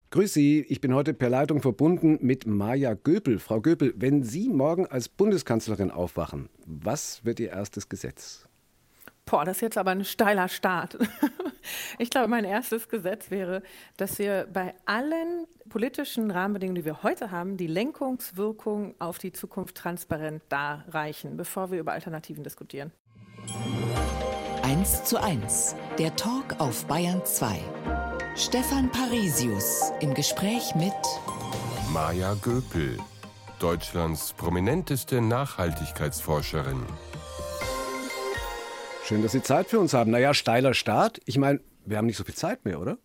Grüß Sie, ich bin heute per Leitung verbunden mit Maja Göpel. Frau Göpel, wenn Sie morgen als Bundeskanzlerin aufwachen, was wird Ihr erstes Gesetz? Boah, das ist jetzt aber ein steiler Start. Ich glaube, mein erstes Gesetz wäre, dass wir bei allen politischen Rahmenbedingungen, die wir heute haben, die Lenkungswirkung auf die Zukunft transparent darreichen, bevor wir über Alternativen diskutieren. 1:1, der Talk auf Bayern 2. Stefan Parisius im Gespräch mit Maja Göpel, Deutschlands prominenteste Nachhaltigkeitsforscherin. Schön, dass Sie Zeit für uns haben. Naja, steiler Start. Ich meine, wir haben nicht so viel Zeit mehr, oder?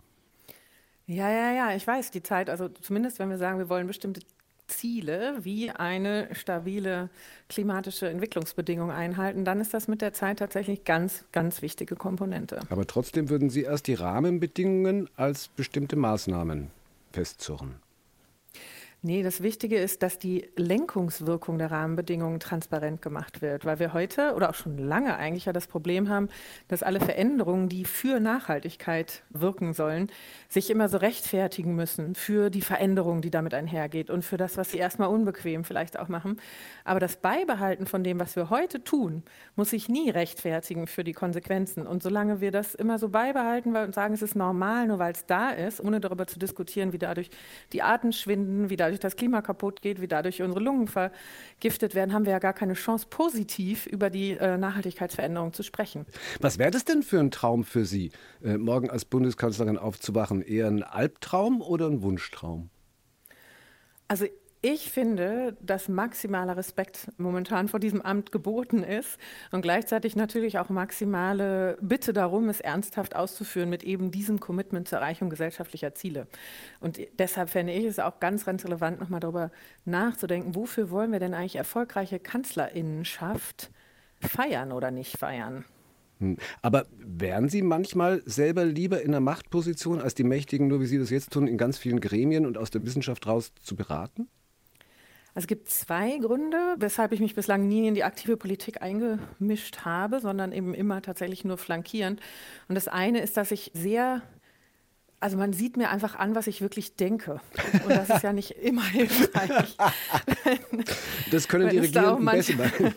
Ja, ich weiß, die Zeit, also zumindest wenn wir sagen, wir wollen bestimmte Ziele wie eine stabile klimatische Entwicklungsbedingung einhalten, dann ist das mit der Zeit tatsächlich ganz, ganz wichtige Komponente. Aber trotzdem würden Sie erst die Rahmenbedingungen als bestimmte Maßnahmen festzurren. Nee, das Wichtige ist, dass die Lenkungswirkung der Rahmenbedingungen transparent gemacht wird, weil wir heute oder auch schon lange eigentlich ja das Problem haben, dass alle Veränderungen, die für Nachhaltigkeit wirken sollen, sich immer so rechtfertigen müssen für die Veränderung, die damit einhergeht und für das, was sie erstmal unbequem vielleicht auch machen. Aber das Beibehalten von dem, was wir heute tun, muss sich nie rechtfertigen für die Konsequenzen. Und solange wir das immer so beibehalten und sagen, es ist normal, nur weil es da ist, ohne darüber zu diskutieren, wie dadurch die Arten schwinden, wie dadurch das Klima kaputt geht, wie dadurch unsere Lungen vergiftet werden, haben wir ja gar keine Chance, positiv über die Nachhaltigkeitsveränderung zu sprechen. Was wäre das denn für ein Traum für Sie, morgen als Bundeskanzlerin aufzuwachen? Eher ein Albtraum oder ein Wunschtraum? Also ich finde, dass maximaler Respekt momentan vor diesem Amt geboten ist und gleichzeitig natürlich auch maximale Bitte darum, es ernsthaft auszuführen mit eben diesem Commitment zur Erreichung gesellschaftlicher Ziele. Und deshalb fände ich es auch ganz, ganz relevant, nochmal darüber nachzudenken, wofür wollen wir denn eigentlich erfolgreiche Kanzlerinnenschaft feiern oder nicht feiern? Aber wären Sie manchmal selber lieber in einer Machtposition, als die Mächtigen, nur wie Sie das jetzt tun, in ganz vielen Gremien und aus der Wissenschaft raus zu beraten? Also es gibt zwei Gründe, weshalb ich mich bislang nie in die aktive Politik eingemischt habe, sondern eben immer tatsächlich nur flankierend. Und das eine ist, dass ich also man sieht mir einfach an, was ich wirklich denke. Und das ist ja nicht immer hilfreich. Das können die Regierenden besser machen.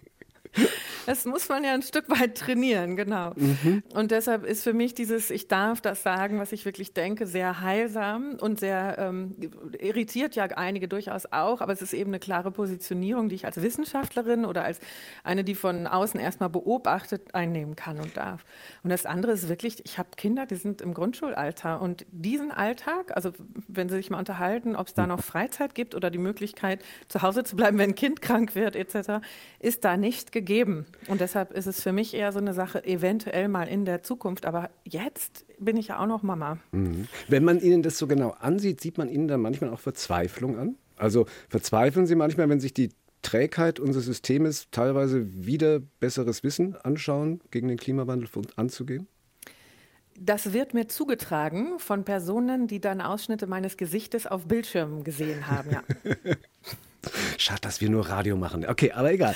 Das muss man ja ein Stück weit trainieren, genau. Und deshalb ist für mich ich darf das sagen, was ich wirklich denke, sehr heilsam und sehr irritiert ja einige durchaus auch, aber es ist eben eine klare Positionierung, die ich als Wissenschaftlerin oder als eine, die von außen erstmal beobachtet, einnehmen kann und darf. Und das andere ist wirklich, ich habe Kinder, die sind im Grundschulalter und diesen Alltag, also wenn sie sich mal unterhalten, ob es da noch Freizeit gibt oder die Möglichkeit, zu Hause zu bleiben, wenn ein Kind krank wird etc., ist da nicht gegeben. Und deshalb ist es für mich eher so eine Sache, eventuell mal in der Zukunft. Aber jetzt bin ich ja auch noch Mama. Wenn man Ihnen das so genau ansieht, sieht man Ihnen dann manchmal auch Verzweiflung an? Also verzweifeln Sie manchmal, wenn sich die Trägheit unseres Systems teilweise wieder besseres Wissen anschauen, gegen den Klimawandel anzugehen? Das wird mir zugetragen von Personen, die dann Ausschnitte meines Gesichtes auf Bildschirmen gesehen haben, ja. Schade, dass wir nur Radio machen. Okay, aber egal.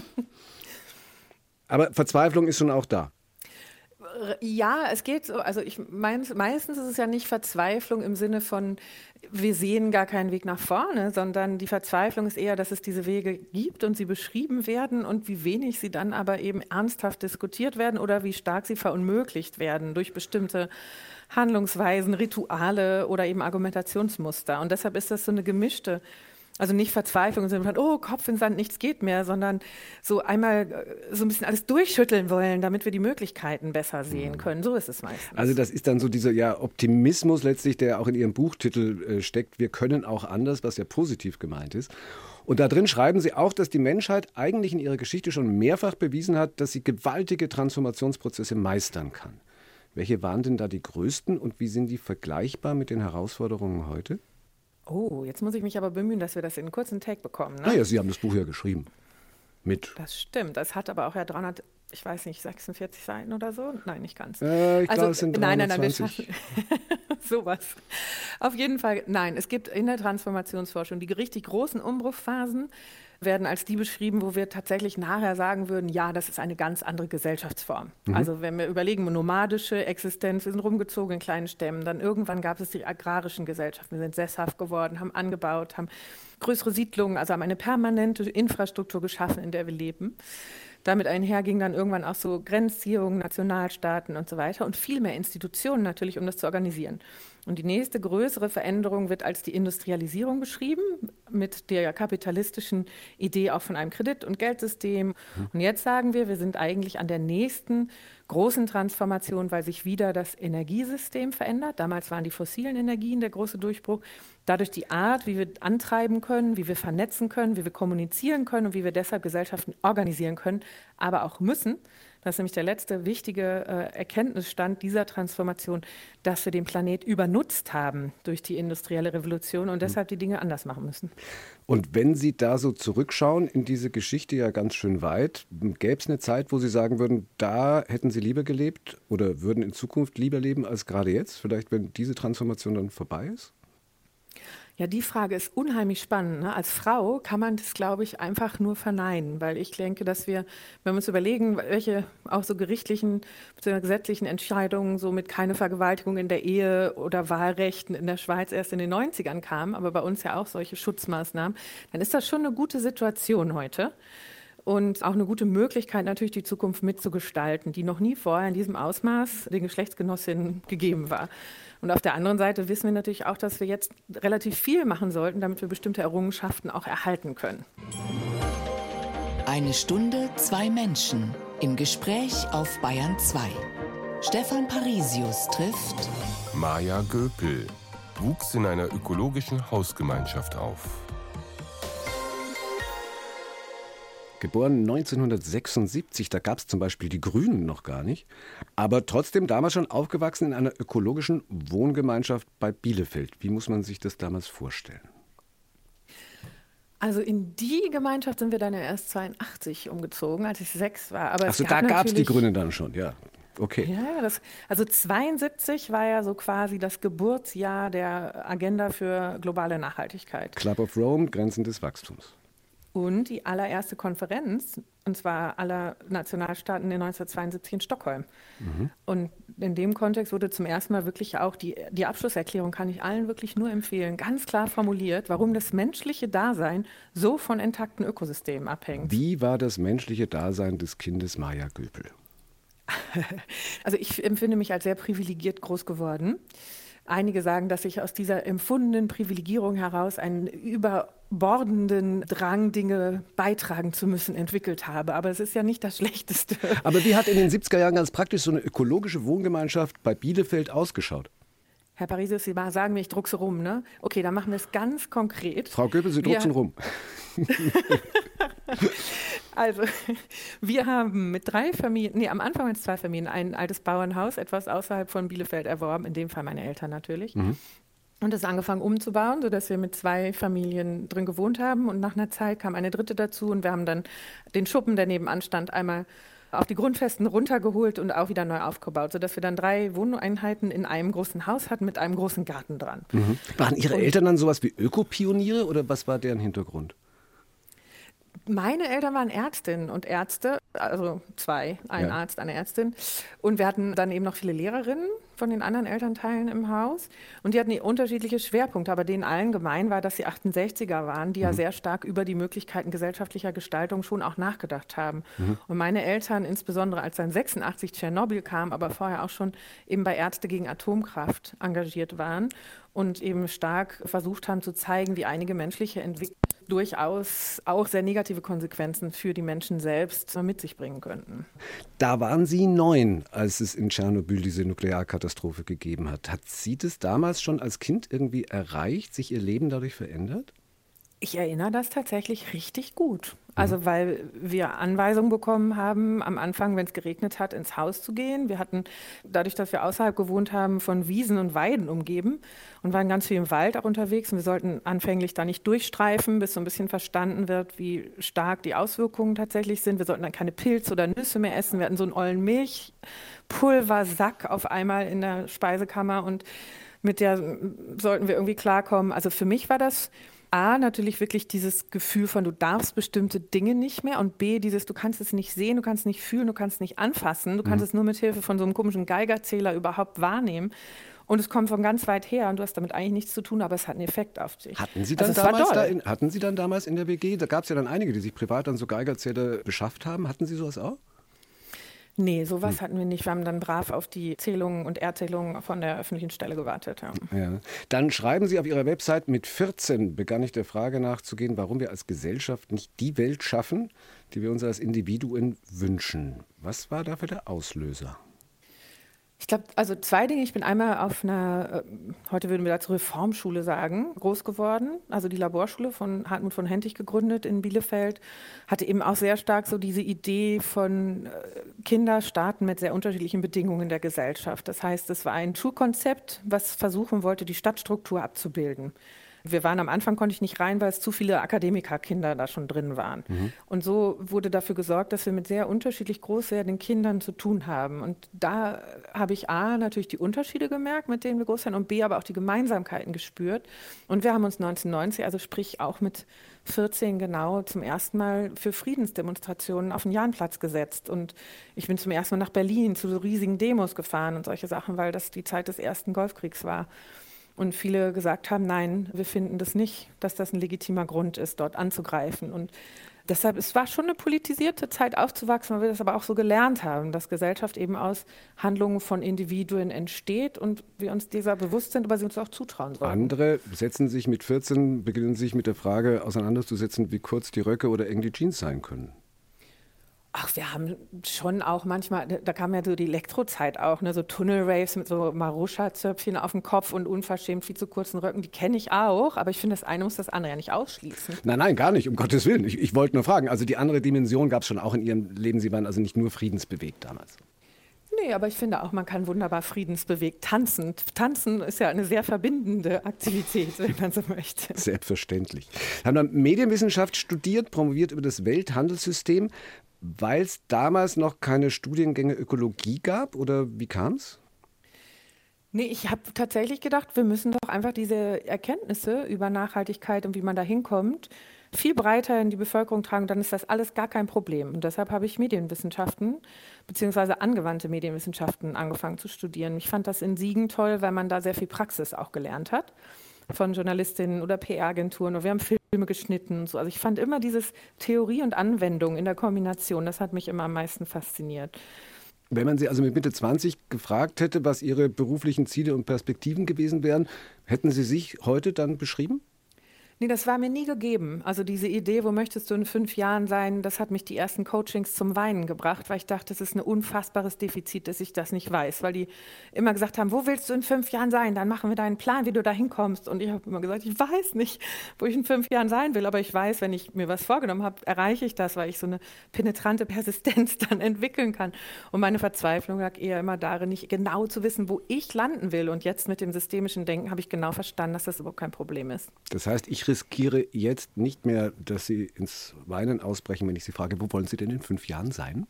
Aber Verzweiflung ist schon auch da. Ja, es geht so. Also meistens ist es ja nicht Verzweiflung im Sinne von, wir sehen gar keinen Weg nach vorne, sondern die Verzweiflung ist eher, dass es diese Wege gibt und sie beschrieben werden und wie wenig sie dann aber eben ernsthaft diskutiert werden oder wie stark sie verunmöglicht werden durch bestimmte Handlungsweisen, Rituale oder eben Argumentationsmuster. Und deshalb ist das so eine gemischte. Also nicht Verzweiflung im Sinne von, oh, Kopf in Sand, nichts geht mehr, sondern so einmal so ein bisschen alles durchschütteln wollen, damit wir die Möglichkeiten besser sehen können. So ist es meistens. Also das ist dann so dieser Optimismus letztlich, der auch in Ihrem Buchtitel steckt. Wir können auch anders, was ja positiv gemeint ist. Und da drin schreiben Sie auch, dass die Menschheit eigentlich in ihrer Geschichte schon mehrfach bewiesen hat, dass sie gewaltige Transformationsprozesse meistern kann. Welche waren denn da die größten und wie sind die vergleichbar mit den Herausforderungen heute? Oh, jetzt muss ich mich aber bemühen, dass wir das in einen kurzen Take bekommen. Ne? Naja, Sie haben das Buch ja geschrieben. Das stimmt. Das hat aber auch ja 46 Seiten oder so. Nein, nicht ganz. Ich glaube, es sind 320. Sowas. Auf jeden Fall, nein, es gibt in der Transformationsforschung die richtig großen Umbruchphasen, werden als die beschrieben, wo wir tatsächlich nachher sagen würden, ja, das ist eine ganz andere Gesellschaftsform. Also wenn wir überlegen, nomadische Existenz, wir sind rumgezogen in kleinen Stämmen, dann irgendwann gab es die agrarischen Gesellschaften, wir sind sesshaft geworden, haben angebaut, haben größere Siedlungen, also haben eine permanente Infrastruktur geschaffen, in der wir leben. Damit einher ging dann irgendwann auch so Grenzziehungen, Nationalstaaten und so weiter und viel mehr Institutionen natürlich, um das zu organisieren. Und die nächste größere Veränderung wird als die Industrialisierung beschrieben, mit der kapitalistischen Idee auch von einem Kredit- und Geldsystem. Und jetzt sagen wir sind eigentlich an der nächsten großen Transformation, weil sich wieder das Energiesystem verändert. Damals waren die fossilen Energien der große Durchbruch. Dadurch die Art, wie wir antreiben können, wie wir vernetzen können, wie wir kommunizieren können und wie wir deshalb Gesellschaften organisieren können, aber auch müssen. Das ist nämlich der letzte wichtige Erkenntnisstand dieser Transformation, dass wir den Planet übernutzt haben durch die industrielle Revolution und deshalb die Dinge anders machen müssen. Und wenn Sie da so zurückschauen in diese Geschichte ja ganz schön weit, gäbe es eine Zeit, wo Sie sagen würden, da hätten Sie lieber gelebt oder würden in Zukunft lieber leben als gerade jetzt? Vielleicht, wenn diese Transformation dann vorbei ist? Ja, die Frage ist unheimlich spannend. Ne? Als Frau kann man das, glaube ich, einfach nur verneinen, weil ich denke, dass wir, wenn wir uns überlegen, welche auch so gerichtlichen bzw. gesetzlichen Entscheidungen so mit keine Vergewaltigung in der Ehe oder Wahlrechten in der Schweiz erst in den 90ern kamen, aber bei uns ja auch solche Schutzmaßnahmen, dann ist das schon eine gute Situation heute. Und auch eine gute Möglichkeit, natürlich die Zukunft mitzugestalten, die noch nie vorher in diesem Ausmaß den Geschlechtsgenossinnen gegeben war. Und auf der anderen Seite wissen wir natürlich auch, dass wir jetzt relativ viel machen sollten, damit wir bestimmte Errungenschaften auch erhalten können. Eine Stunde, zwei Menschen im Gespräch auf Bayern 2. Stefan Parisius trifft Maja Göpel, wuchs in einer ökologischen Hausgemeinschaft auf. Geboren 1976, da gab es zum Beispiel die Grünen noch gar nicht, aber trotzdem damals schon aufgewachsen in einer ökologischen Wohngemeinschaft bei Bielefeld. Wie muss man sich das damals vorstellen? Also in die Gemeinschaft sind wir dann ja erst 82 umgezogen, als ich 6 war. Achso, da gab es die Grünen dann schon, ja. Okay. Ja, also 72 war ja so quasi das Geburtsjahr der Agenda für globale Nachhaltigkeit. Club of Rome, Grenzen des Wachstums. Und die allererste Konferenz, und zwar aller Nationalstaaten in 1972 in Stockholm. Und in dem Kontext wurde zum ersten Mal wirklich auch die Abschlusserklärung, kann ich allen wirklich nur empfehlen, ganz klar formuliert, warum das menschliche Dasein so von intakten Ökosystemen abhängt. Wie war das menschliche Dasein des Kindes Maja Göpel? Also ich empfinde mich als sehr privilegiert groß geworden. Einige sagen, dass ich aus dieser empfundenen Privilegierung heraus einen überbordenden Drang, Dinge beitragen zu müssen, entwickelt habe. Aber es ist ja nicht das Schlechteste. Aber wie hat in den 70er Jahren ganz praktisch so eine ökologische Wohngemeinschaft bei Bielefeld ausgeschaut? Herr Parisius, Sie sagen mir, ich druckse rum, ne? Okay, dann machen wir es ganz konkret. Frau Göpel, Sie drucksen rum. Also, wir haben mit 3 Familien, am Anfang waren es 2 Familien, ein altes Bauernhaus, etwas außerhalb von Bielefeld erworben, in dem Fall meine Eltern natürlich. Und das angefangen umzubauen, sodass wir mit 2 Familien drin gewohnt haben. Und nach einer Zeit kam eine dritte dazu und wir haben dann den Schuppen, der nebenan stand, einmal auf die Grundfesten runtergeholt und auch wieder neu aufgebaut, sodass wir dann 3 Wohneinheiten in einem großen Haus hatten mit einem großen Garten dran. Waren Ihre Eltern dann sowas wie Ökopioniere oder was war deren Hintergrund? Meine Eltern waren Ärztinnen und Ärzte, also 2, ein Arzt, eine Ärztin. Und wir hatten dann eben noch viele Lehrerinnen von den anderen Elternteilen im Haus. Und die hatten unterschiedliche Schwerpunkte, aber denen allen gemein war, dass sie 68er waren, die ja sehr stark über die Möglichkeiten gesellschaftlicher Gestaltung schon auch nachgedacht haben. Und meine Eltern, insbesondere als dann 86 Tschernobyl kam, aber vorher auch schon eben bei Ärzte gegen Atomkraft engagiert waren und eben stark versucht haben zu zeigen, wie einige menschliche Entwicklungen durchaus auch sehr negative Konsequenzen für die Menschen selbst mit sich bringen könnten. Da waren Sie 9, als es in Tschernobyl diese Nuklearkatastrophe gegeben hat. Hat Sie das damals schon als Kind irgendwie erreicht, sich Ihr Leben dadurch verändert? Ich erinnere das tatsächlich richtig gut. Also weil wir Anweisungen bekommen haben, am Anfang, wenn es geregnet hat, ins Haus zu gehen. Wir hatten, dadurch, dass wir außerhalb gewohnt haben, von Wiesen und Weiden umgeben und waren ganz viel im Wald auch unterwegs. Und wir sollten anfänglich da nicht durchstreifen, bis so ein bisschen verstanden wird, wie stark die Auswirkungen tatsächlich sind. Wir sollten dann keine Pilze oder Nüsse mehr essen. Wir hatten so einen ollen Milchpulversack auf einmal in der Speisekammer und mit der sollten wir irgendwie klarkommen. Also für mich war das A, natürlich wirklich dieses Gefühl von, du darfst bestimmte Dinge nicht mehr und B, dieses, du kannst es nicht sehen, du kannst es nicht fühlen, du kannst es nicht anfassen, du kannst es nur mit Hilfe von so einem komischen Geigerzähler überhaupt wahrnehmen. Und es kommt von ganz weit her und du hast damit eigentlich nichts zu tun, aber es hat einen Effekt auf dich. Hatten Sie dann damals in der WG, da gab es ja dann einige, die sich privat dann so Geigerzähler beschafft haben, hatten Sie sowas auch? Nee, sowas hatten wir nicht. Wir haben dann brav auf die Zählungen und Erzählungen von der öffentlichen Stelle gewartet. Ja. Ja. Dann schreiben Sie auf Ihrer Website, mit 14 begann ich der Frage nachzugehen, warum wir als Gesellschaft nicht die Welt schaffen, die wir uns als Individuen wünschen. Was war dafür der Auslöser? Ich glaube, also 2 Dinge. Ich bin einmal auf einer, heute würden wir dazu Reformschule sagen, groß geworden. Also die Laborschule von Hartmut von Hentig gegründet in Bielefeld. Hatte eben auch sehr stark so diese Idee von Kinder starten mit sehr unterschiedlichen Bedingungen der Gesellschaft. Das heißt, es war ein Schulkonzept, was versuchen wollte, die Stadtstruktur abzubilden. Wir waren am Anfang, konnte ich nicht rein, weil es zu viele Akademikerkinder da schon drin waren. Und so wurde dafür gesorgt, dass wir mit sehr unterschiedlich groß werdenden Kindern zu tun haben. Und da habe ich A, natürlich die Unterschiede gemerkt, mit denen wir groß werden, und B, aber auch die Gemeinsamkeiten gespürt. Und wir haben uns 1990, also sprich auch mit 14 genau, zum ersten Mal für Friedensdemonstrationen auf den Jahnplatz gesetzt. Und ich bin zum ersten Mal nach Berlin zu so riesigen Demos gefahren und solche Sachen, weil das die Zeit des ersten Golfkriegs war. Und viele gesagt haben, nein, wir finden das nicht, dass das ein legitimer Grund ist, dort anzugreifen. Und deshalb, es war schon eine politisierte Zeit aufzuwachsen, weil wir das aber auch so gelernt haben, dass Gesellschaft eben aus Handlungen von Individuen entsteht und wir uns dieser bewusst sind, aber sie uns auch zutrauen sollen. Andere beginnen sich mit der Frage auseinanderzusetzen, wie kurz die Röcke oder eng die Jeans sein können. Ach, wir haben schon auch manchmal, da kam ja so die Elektrozeit auch, ne, so Tunnelraves mit so Maruscha-Zöpfchen auf dem Kopf und unverschämt viel zu kurzen Röcken, die kenne ich auch, aber ich finde, das eine muss das andere ja nicht ausschließen. Nein, gar nicht, um Gottes Willen. Ich wollte nur fragen, also die andere Dimension gab es schon auch in Ihrem Leben, Sie waren also nicht nur friedensbewegt damals. Nee, aber ich finde auch, man kann wunderbar friedensbewegt tanzen. Tanzen ist ja eine sehr verbindende Aktivität, wenn man so möchte. Selbstverständlich. Sie haben dann Medienwissenschaft studiert, promoviert über das Welthandelssystem, weil es damals noch keine Studiengänge Ökologie gab, oder wie kam es? Nee, ich habe tatsächlich gedacht, wir müssen doch einfach diese Erkenntnisse über Nachhaltigkeit und wie man da hinkommt, viel breiter in die Bevölkerung tragen, dann ist das alles gar kein Problem. Und deshalb habe ich Medienwissenschaften bzw. angewandte Medienwissenschaften angefangen zu studieren. Ich fand das in Siegen toll, weil man da sehr viel Praxis auch gelernt hat von Journalistinnen oder PR-Agenturen. Wir haben Filme geschnitten und so. Also ich fand immer dieses Theorie und Anwendung in der Kombination, das hat mich immer am meisten fasziniert. Wenn man Sie also mit Mitte 20 gefragt hätte, was Ihre beruflichen Ziele und Perspektiven gewesen wären, hätten Sie sich heute dann beschrieben? Nee, das war mir nie gegeben. Also diese Idee, wo möchtest du in 5 Jahren sein, das hat mich die ersten Coachings zum Weinen gebracht, weil ich dachte, das ist ein unfassbares Defizit, dass ich das nicht weiß. Weil die immer gesagt haben, wo willst du in 5 Jahren sein? Dann machen wir deinen Plan, wie du da hinkommst. Und ich habe immer gesagt, ich weiß nicht, wo ich in 5 Jahren sein will. Aber ich weiß, wenn ich mir was vorgenommen habe, erreiche ich das, weil ich so eine penetrante Persistenz dann entwickeln kann. Und meine Verzweiflung lag eher immer darin, nicht genau zu wissen, wo ich landen will. Und jetzt mit dem systemischen Denken habe ich genau verstanden, dass das überhaupt kein Problem ist. Das heißt, ich riskiere jetzt nicht mehr, dass Sie ins Weinen ausbrechen, wenn ich Sie frage, wo wollen Sie denn in 5 Jahren sein?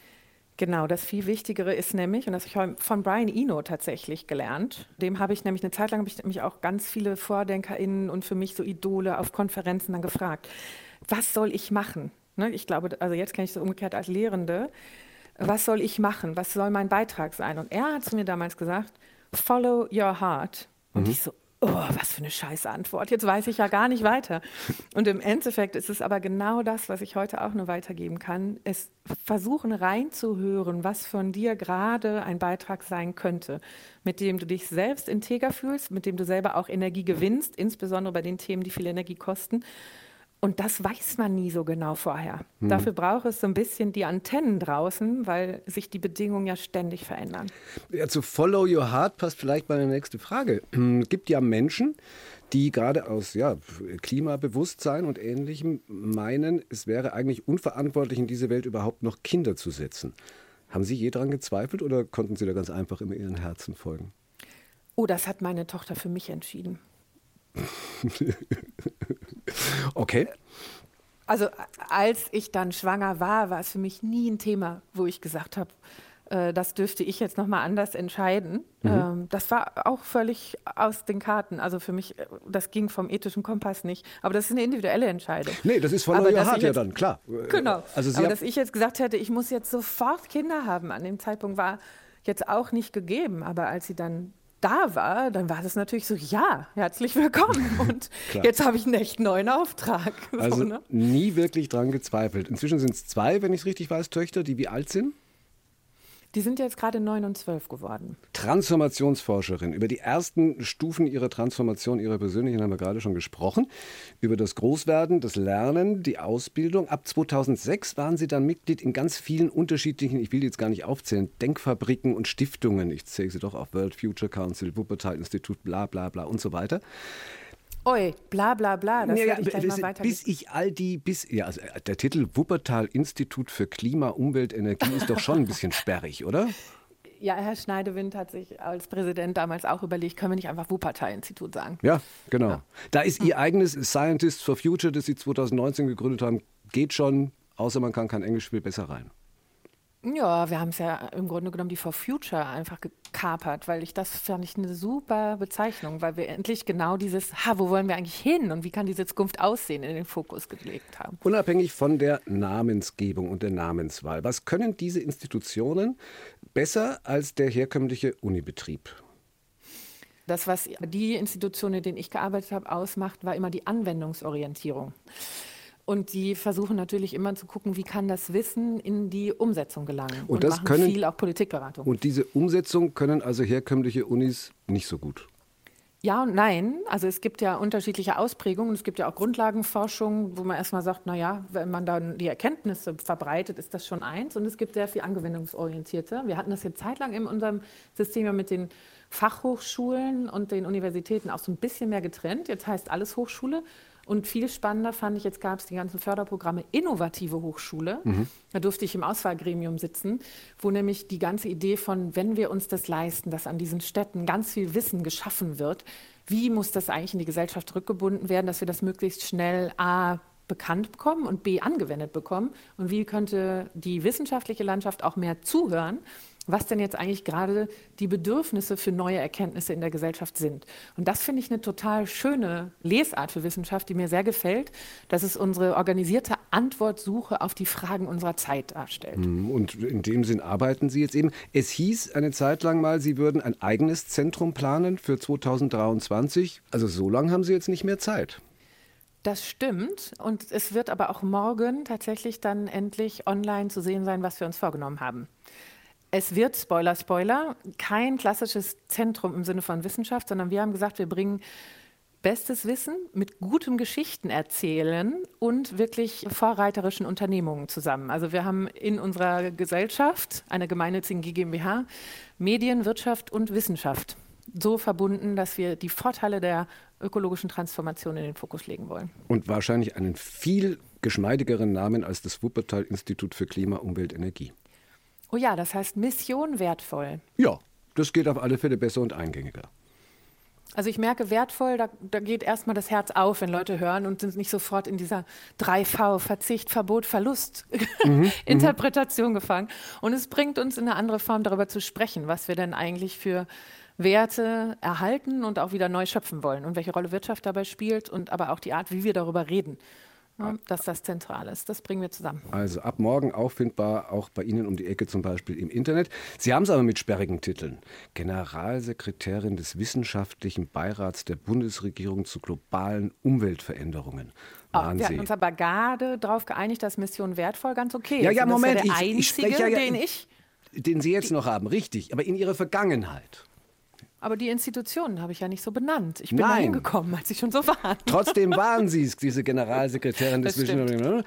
Genau, das viel Wichtigere ist nämlich, und das habe ich von Brian Eno tatsächlich gelernt, dem habe ich nämlich eine Zeit lang, habe ich nämlich auch ganz viele VordenkerInnen und für mich so Idole auf Konferenzen dann gefragt, was soll ich machen? Ne, ich glaube, also jetzt kenne ich so umgekehrt als Lehrende, was soll ich machen? Was soll mein Beitrag sein? Und er hat zu mir damals gesagt, follow your heart. Und ich so, oh, was für eine scheiße Antwort. Jetzt weiß ich ja gar nicht weiter. Und im Endeffekt ist es aber genau das, was ich heute auch nur weitergeben kann. Es versuchen reinzuhören, was von dir gerade ein Beitrag sein könnte, mit dem du dich selbst integer fühlst, mit dem du selber auch Energie gewinnst, insbesondere bei den Themen, die viel Energie kosten. Und das weiß man nie so genau vorher. Dafür braucht es so ein bisschen die Antennen draußen, weil sich die Bedingungen ja ständig verändern. Ja, zu Follow Your Heart passt vielleicht meine nächste Frage. Es gibt ja Menschen, die gerade aus Klimabewusstsein und Ähnlichem meinen, es wäre eigentlich unverantwortlich, in diese Welt überhaupt noch Kinder zu setzen. Haben Sie je daran gezweifelt oder konnten Sie da ganz einfach immer Ihren Herzen folgen? Oh, das hat meine Tochter für mich entschieden. Okay. Also als ich dann schwanger war, war es für mich nie ein Thema, wo ich gesagt habe, Das dürfte ich jetzt nochmal anders entscheiden. Das war auch völlig aus den Karten. Also für mich, das ging vom ethischen Kompass nicht. Aber das ist eine individuelle Entscheidung. Nee, das ist voll euer Hart ja dann, klar. Genau. Also aber dass ich jetzt gesagt hätte, ich muss jetzt sofort Kinder haben, an dem Zeitpunkt war jetzt auch nicht gegeben. Aber als sie dann da war, dann war das natürlich so, ja, herzlich willkommen. Und jetzt habe ich einen echt neuen Auftrag. Also so, ne? Nie wirklich dran gezweifelt. Inzwischen sind es 2, wenn ich es richtig weiß, Töchter, die wie alt sind? Die sind jetzt gerade 9 und 12 geworden. Transformationsforscherin. Über die ersten Stufen ihrer Transformation, ihrer persönlichen, haben wir gerade schon gesprochen. Über das Großwerden, das Lernen, die Ausbildung. Ab 2006 waren Sie dann Mitglied in ganz vielen unterschiedlichen, ich will die jetzt gar nicht aufzählen, Denkfabriken und Stiftungen. Ich zähle sie doch auf: World Future Council, Wuppertal-Institut, bla bla bla und so weiter. Oi, bla bla bla, das werde ich gleich mal weiter. Also der Titel Wuppertal-Institut für Klima, Umwelt, Energie ist doch schon ein bisschen sperrig, oder? Ja, Herr Schneidewind hat sich als Präsident damals auch überlegt, können wir nicht einfach Wuppertal-Institut sagen? Ja, genau. Ja. Da ist Ihr eigenes Scientists for Future, das Sie 2019 gegründet haben, geht schon, außer man kann kein Englisch, viel besser rein. Ja, wir haben es ja im Grunde genommen die For Future einfach gekapert, weil fand ich eine super Bezeichnung, weil wir endlich genau dieses, wo wollen wir eigentlich hin und wie kann diese Zukunft aussehen, in den Fokus gelegt haben. Unabhängig von der Namensgebung und der Namenswahl, was können diese Institutionen besser als der herkömmliche Unibetrieb? Das, was die Institutionen, in denen ich gearbeitet habe, ausmacht, war immer die Anwendungsorientierung. Und die versuchen natürlich immer zu gucken, wie kann das Wissen in die Umsetzung gelangen. Und das machen viel auch Politikberatung. Und diese Umsetzung können also herkömmliche Unis nicht so gut? Ja und nein. Also es gibt ja unterschiedliche Ausprägungen. Es gibt ja auch Grundlagenforschung, wo man erstmal sagt, naja, wenn man dann die Erkenntnisse verbreitet, ist das schon eins. Und es gibt sehr viel anwendungsorientierte. Wir hatten das jetzt zeitlang in unserem System ja mit den Fachhochschulen und den Universitäten auch so ein bisschen mehr getrennt. Jetzt heißt alles Hochschule. Und viel spannender fand ich, jetzt gab es die ganzen Förderprogramme Innovative Hochschule. Da durfte ich im Auswahlgremium sitzen, wo nämlich die ganze Idee von, wenn wir uns das leisten, dass an diesen Städten ganz viel Wissen geschaffen wird, wie muss das eigentlich in die Gesellschaft rückgebunden werden, dass wir das möglichst schnell A, bekannt bekommen und B, angewendet bekommen. Und wie könnte die wissenschaftliche Landschaft auch mehr zuhören, was denn jetzt eigentlich gerade die Bedürfnisse für neue Erkenntnisse in der Gesellschaft sind. Und das finde ich eine total schöne Lesart für Wissenschaft, die mir sehr gefällt, dass es unsere organisierte Antwortsuche auf die Fragen unserer Zeit darstellt. Und in dem Sinn arbeiten Sie jetzt eben. Es hieß eine Zeit lang mal, Sie würden ein eigenes Zentrum planen für 2023. Also so lange haben Sie jetzt nicht mehr Zeit. Das stimmt. Und es wird aber auch morgen tatsächlich dann endlich online zu sehen sein, was wir uns vorgenommen haben. Es wird, Spoiler, Spoiler, kein klassisches Zentrum im Sinne von Wissenschaft, sondern wir haben gesagt, wir bringen bestes Wissen mit gutem Geschichtenerzählen und wirklich vorreiterischen Unternehmungen zusammen. Also wir haben in unserer Gesellschaft, einer gemeinnützigen GmbH, Medien, Wirtschaft und Wissenschaft so verbunden, dass wir die Vorteile der ökologischen Transformation in den Fokus legen wollen. Und wahrscheinlich einen viel geschmeidigeren Namen als das Wuppertal-Institut für Klima, Umwelt, Energie. Oh ja, das heißt Mission wertvoll. Ja, das geht auf alle Fälle besser und eingängiger. Also ich merke, wertvoll, da geht erstmal das Herz auf, wenn Leute hören und sind nicht sofort in dieser 3V, Verzicht, Verbot, Verlust Interpretation gefangen. Und es bringt uns in eine andere Form darüber zu sprechen, was wir denn eigentlich für Werte erhalten und auch wieder neu schöpfen wollen und welche Rolle Wirtschaft dabei spielt und aber auch die Art, wie wir darüber reden. Ja, dass das zentral ist. Das bringen wir zusammen. Also ab morgen auffindbar, auch bei Ihnen um die Ecke zum Beispiel im Internet. Sie haben es aber mit sperrigen Titeln. Generalsekretärin des Wissenschaftlichen Beirats der Bundesregierung zu globalen Umweltveränderungen. Wir hatten uns aber gerade darauf geeinigt, dass Mission wertvoll ganz okay ist. Ja, Moment. Das ist ja der einzige, den Sie jetzt noch haben, richtig. Aber in Ihrer Vergangenheit. Aber die Institutionen habe ich ja nicht so benannt. Ich bin da hingekommen, als sie schon so waren. Trotzdem waren Sie es, diese Generalsekretärin des Wissenschaftlichen.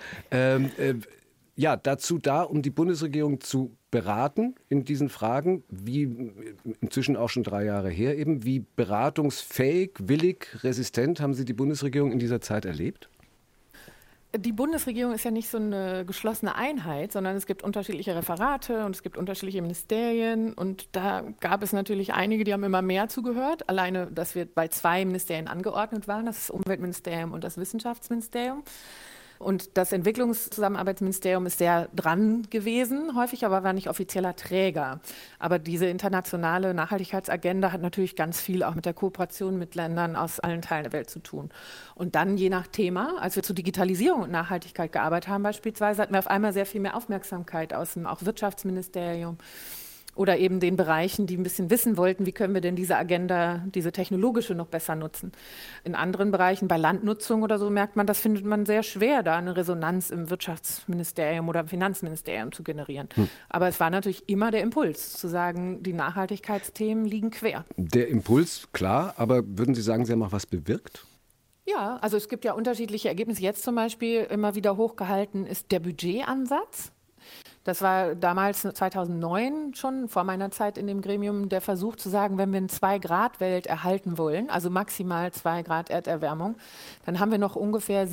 Ja, dazu da, um die Bundesregierung zu beraten in diesen Fragen, wie inzwischen auch schon 3 Jahre her eben. Wie beratungsfähig, willig, resistent haben Sie die Bundesregierung in dieser Zeit erlebt? Die Bundesregierung ist ja nicht so eine geschlossene Einheit, sondern es gibt unterschiedliche Referate und es gibt unterschiedliche Ministerien. Und da gab es natürlich einige, die haben immer mehr zugehört. Alleine, dass wir bei 2 Ministerien angeordnet waren, das ist das Umweltministerium und das Wissenschaftsministerium. Und das Entwicklungszusammenarbeitsministerium ist sehr dran gewesen, häufig, aber war nicht offizieller Träger. Aber diese internationale Nachhaltigkeitsagenda hat natürlich ganz viel auch mit der Kooperation mit Ländern aus allen Teilen der Welt zu tun. Und dann je nach Thema, als wir zu Digitalisierung und Nachhaltigkeit gearbeitet haben beispielsweise, hatten wir auf einmal sehr viel mehr Aufmerksamkeit aus dem auch Wirtschaftsministerium. Oder eben den Bereichen, die ein bisschen wissen wollten, wie können wir denn diese Agenda, diese technologische noch besser nutzen. In anderen Bereichen, bei Landnutzung oder so, merkt man, das findet man sehr schwer, da eine Resonanz im Wirtschaftsministerium oder im Finanzministerium zu generieren. Aber es war natürlich immer der Impuls, zu sagen, die Nachhaltigkeitsthemen liegen quer. Der Impuls, klar, aber würden Sie sagen, Sie haben auch was bewirkt? Ja, also es gibt ja unterschiedliche Ergebnisse. Jetzt zum Beispiel immer wieder hochgehalten ist der Budgetansatz. Das war damals 2009 schon, vor meiner Zeit in dem Gremium, der Versuch zu sagen, wenn wir eine 2-Grad-Welt erhalten wollen, also maximal 2 Grad Erderwärmung, dann haben wir noch ungefähr